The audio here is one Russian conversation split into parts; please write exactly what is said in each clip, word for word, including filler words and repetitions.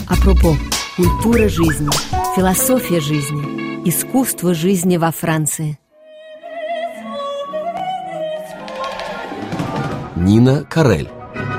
Апропо, культура жизни, философия жизни, искусство жизни во Франции. Нина Карель.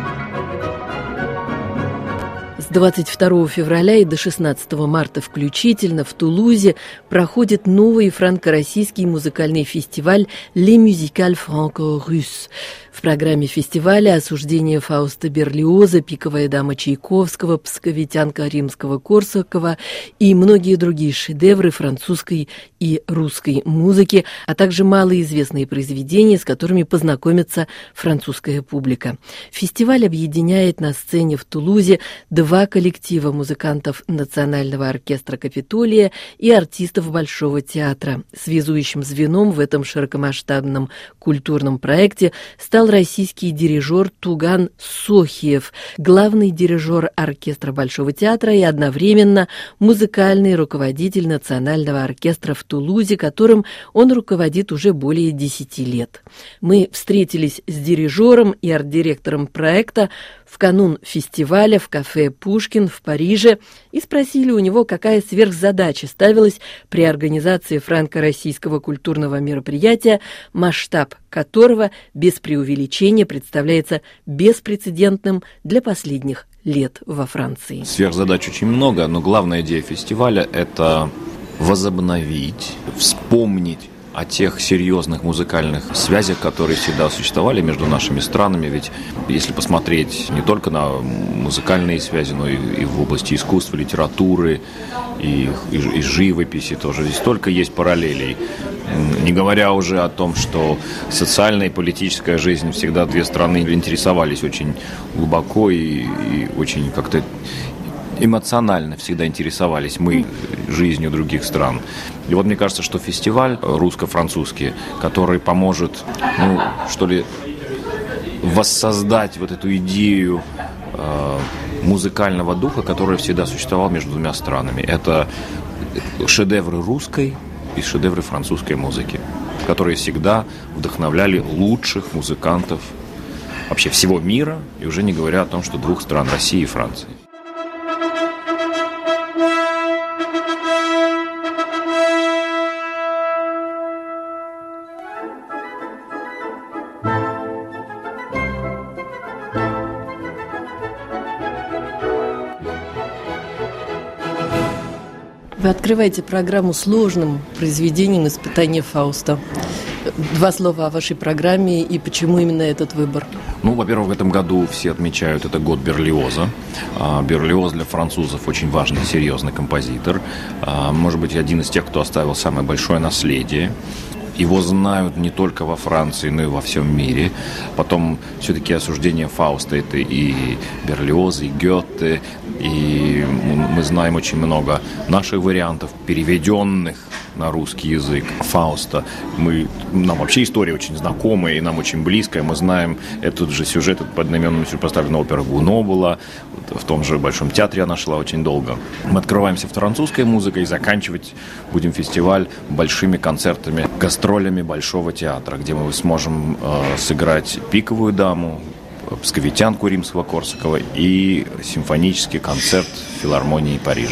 С двадцать второго февраля и до шестнадцатого марта включительно в Тулузе проходит новый франко-российский музыкальный фестиваль «Les Musicales Franco-Russes». В программе фестиваля осуждение Фауста Берлиоза, «Пиковая дама» Чайковского, «Псковитянка» Римского-Корсакова и многие другие шедевры французской и русской музыки, а также малоизвестные произведения, с которыми познакомится французская публика. Фестиваль объединяет на сцене в Тулузе два коллектива музыкантов Национального оркестра «Капитолия» и артистов Большого театра. Связующим звеном в этом широкомасштабном культурном проекте стал российский дирижер Туган Сохиев, главный дирижер оркестра Большого театра и одновременно музыкальный руководитель Национального оркестра в Тулузе, которым он руководит уже более десяти лет. Мы встретились с дирижером и арт-директором проекта в канун фестиваля в кафе «Пушкин» в Париже и спросили у него, какая сверхзадача ставилась при организации франко-российского культурного мероприятия, масштаб которого без преувеличения представляется беспрецедентным для последних лет во Франции. Сверхзадач очень много, но главная идея фестиваля – это возобновить, вспомнить о тех серьезных музыкальных связях, которые всегда существовали между нашими странами. Ведь если посмотреть не только на музыкальные связи, но и, и в области искусства, литературы и, и, и живописи тоже, здесь столько есть параллелей. Не говоря уже о том, что социальная и политическая жизнь всегда две страны интересовались очень глубоко и, и очень как-то эмоционально всегда интересовались мы жизнью других стран. И вот мне кажется, что фестиваль русско-французский, который поможет, ну, что ли, воссоздать вот эту идею э, музыкального духа, который всегда существовал между двумя странами. Это шедевры русской и шедевры французской музыки, которые всегда вдохновляли лучших музыкантов вообще всего мира, и уже не говоря о том, что двух стран, России и Франции. Вы открываете программу сложным произведением «Испытание Фауста». Два слова о вашей программе и почему именно этот выбор? Ну, во-первых, в этом году все отмечают это год Берлиоза. Берлиоз для французов очень важный, серьезный композитор. Может быть, один из тех, кто оставил самое большое наследие. Его знают не только во Франции, но и во всем мире. Потом все-таки осуждение Фауста – это и Берлиоз, и Гёте, и мы знаем очень много наших вариантов, переведенных на русский язык Фауста. Мы, нам вообще история очень знакомая и нам очень близкая. Мы знаем этот же сюжет, под одноименным поставлена опера «Гуно» была, в том же Большом театре она шла очень долго. Мы открываемся французской музыкой и заканчивать будем фестиваль большими концертами, гастролями Большого театра, где мы сможем э, сыграть «Пиковую даму», «Псковитянку» Римского-Корсакова и симфонический концерт филармонии Парижа.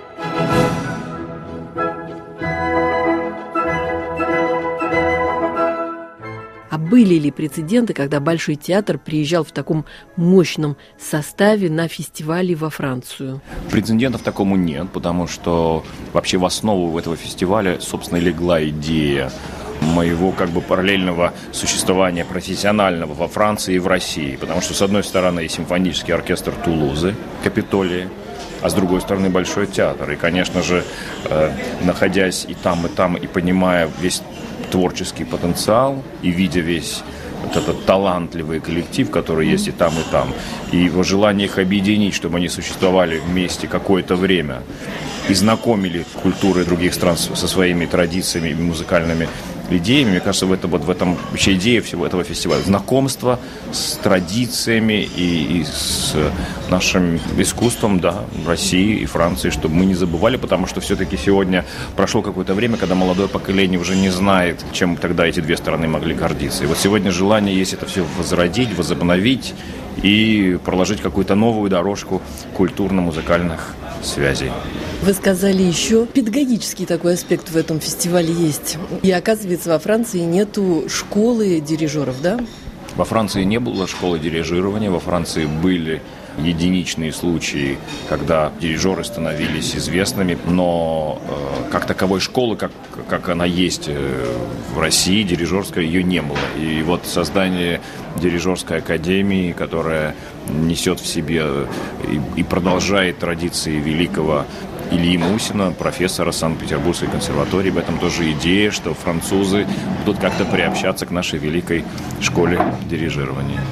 А были ли прецеденты, когда Большой театр приезжал в таком мощном составе на фестивале во Францию? Прецедентов такому нет, потому что вообще в основу этого фестиваля, собственно, легла идея моего как бы параллельного существования профессионального во Франции и в России. Потому что, с одной стороны, симфонический оркестр Тулузы, Капитолия, а с другой стороны, Большой театр. И, конечно же, э, находясь и там, и там, и понимая весь творческий потенциал, и видя весь вот этот талантливый коллектив, который есть и там, и там, и его желание их объединить, чтобы они существовали вместе какое-то время и знакомили культуры других стран со своими традициями и музыкальными идеями. Мне кажется, в, это, вот, в этом вообще идея всего этого фестиваля. Знакомство с традициями и, и с нашим искусством, да, России и Франции, чтобы мы не забывали, потому что все-таки сегодня прошло какое-то время, когда молодое поколение уже не знает, чем тогда эти две страны могли гордиться. И вот сегодня желание есть это все возродить, возобновить и проложить какую-то новую дорожку культурно-музыкальных связей. Вы сказали еще, педагогический такой аспект в этом фестивале есть. И оказывается, во Франции нету школы дирижеров, да? Во Франции не было школы дирижирования, во Франции были единичные случаи, когда дирижеры становились известными, но э, как таковой школы, как, как она есть э, в России, дирижерской, ее не было. И вот создание дирижерской академии, которая несет в себе и, и продолжает традиции великого Ильи Мусина, профессора Санкт-Петербургской консерватории. В этом тоже идея, что французы будут как-то приобщаться к нашей великой школе дирижирования.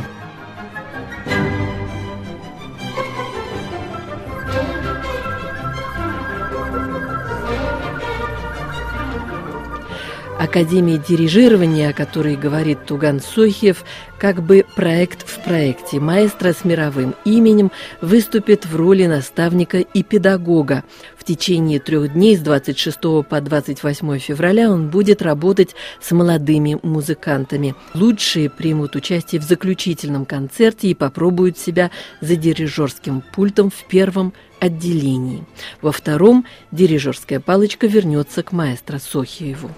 Академия дирижирования, о которой говорит Туган Сохиев, как бы проект в проекте. Маэстро с мировым именем выступит в роли наставника и педагога. В течение трех дней с двадцать шестого по двадцать восьмое февраля он будет работать с молодыми музыкантами. Лучшие примут участие в заключительном концерте и попробуют себя за дирижерским пультом в первом отделении. Во втором дирижерская палочка вернется к маэстро Сохиеву.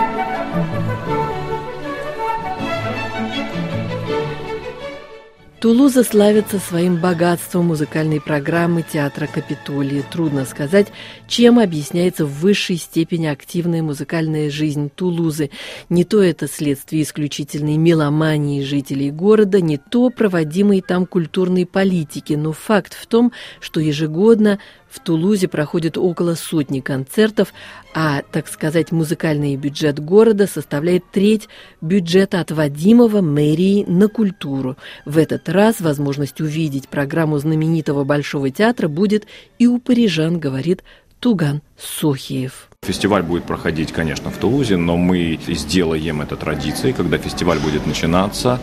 Тулуза славится своим богатством музыкальной программы театра Капитолии. Трудно сказать, чем объясняется в высшей степени активная музыкальная жизнь Тулузы. Не то это следствие исключительной меломании жителей города, не то проводимой там культурной политики. Но факт в том, что ежегодно в Тулузе проходит около сотни концертов, а, так сказать, музыкальный бюджет города составляет треть бюджета, отводимого мэрией на культуру. В этот раз возможность увидеть программу знаменитого Большого театра будет и у парижан, говорит Туган Сохиев. Фестиваль будет проходить, конечно, в Тулузе, но мы сделаем это традицией, когда фестиваль будет начинаться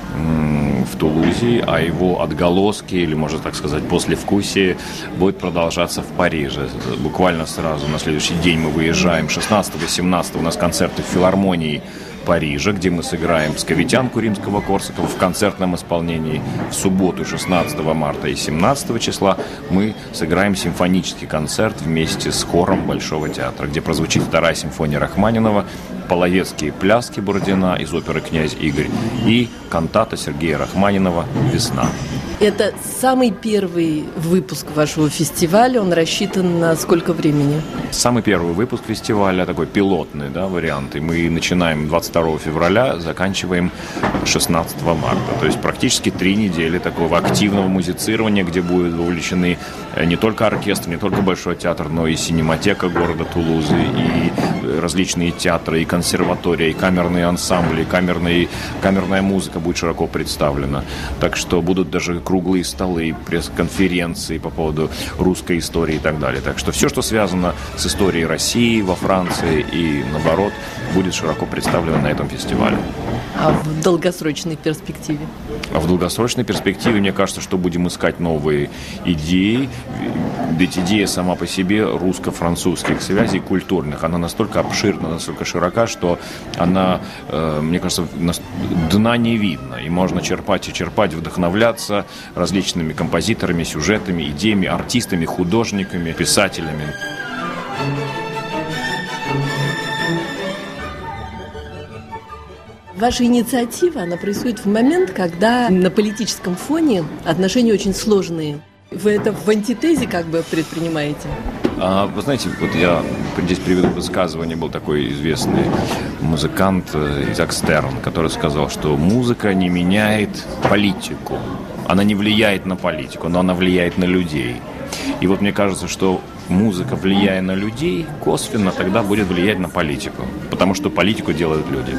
в Тулузе, а его отголоски, или, можно так сказать, послевкусие будет продолжаться в Париже. Буквально сразу на следующий день мы выезжаем. шестнадцатого-семнадцатого у нас концерты в филармонии Парижа, где мы сыграем «Псковитянку» Римского-Корсакова в концертном исполнении. В субботу, шестнадцатого марта и семнадцатого числа, мы сыграем симфонический концерт вместе с хором Большого театра, где прозвучит вторая симфония Рахманинова, половецкие пляски Бородина из оперы «Князь Игорь» и кантата Сергея Рахманинова «Весна». Это самый первый выпуск вашего фестиваля. Он рассчитан на сколько времени? Самый первый выпуск фестиваля, такой пилотный, да, вариант. И мы начинаем двадцать второго февраля, заканчиваем шестнадцатого марта. То есть практически три недели такого активного музицирования, где будут вовлечены не только оркестр, не только Большой театр, но и синематека города Тулузы, и различные театры, и консерватория, и камерные ансамбли, и камерные, камерная музыка будет широко представлена. Так что будут даже круглые столы, пресс-конференции по поводу русской истории и так далее. Так что все, что связано с историей России во Франции и наоборот, будет широко представлено на этом фестивале. А в долгосрочной перспективе? А в долгосрочной перспективе, мне кажется, что будем искать новые идеи. Ведь идея сама по себе русско-французских связей культурных, она настолько обширна, настолько широка, что она, мне кажется, дна не видно. И можно черпать и черпать, вдохновляться различными композиторами, сюжетами, идеями, артистами, художниками, писателями. Ваша инициатива, она происходит в момент, когда на политическом фоне отношения очень сложные. Вы это в антитезе как бы предпринимаете? А, вы знаете, вот я здесь приведу высказывание, был такой известный музыкант Изак Стерн, который сказал, что музыка не меняет политику. Она не влияет на политику, но она влияет на людей. И вот мне кажется, что музыка, влияя на людей, косвенно тогда будет влиять на политику. Потому что политику делают люди.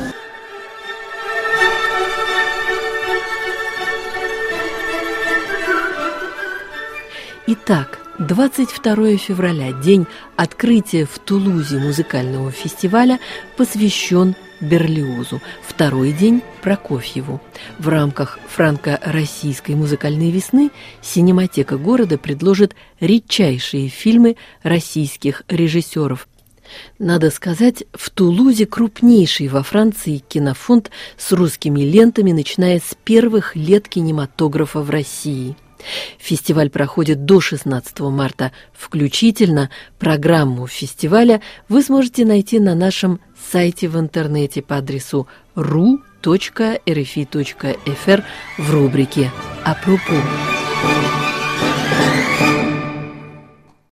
Итак, двадцать второго февраля, день открытия в Тулузе музыкального фестиваля, посвящен Берлиозу. Второй день – Прокофьеву. В рамках франко-российской музыкальной весны синематека города предложит редчайшие фильмы российских режиссеров. Надо сказать, в Тулузе крупнейший во Франции кинофонд с русскими лентами, начиная с первых лет кинематографа в России. Фестиваль проходит до шестнадцатого марта включительно. Программу фестиваля вы сможете найти на нашем сайте в интернете по адресу ру точка эр эф и точка эф эр в рубрике «Апропо».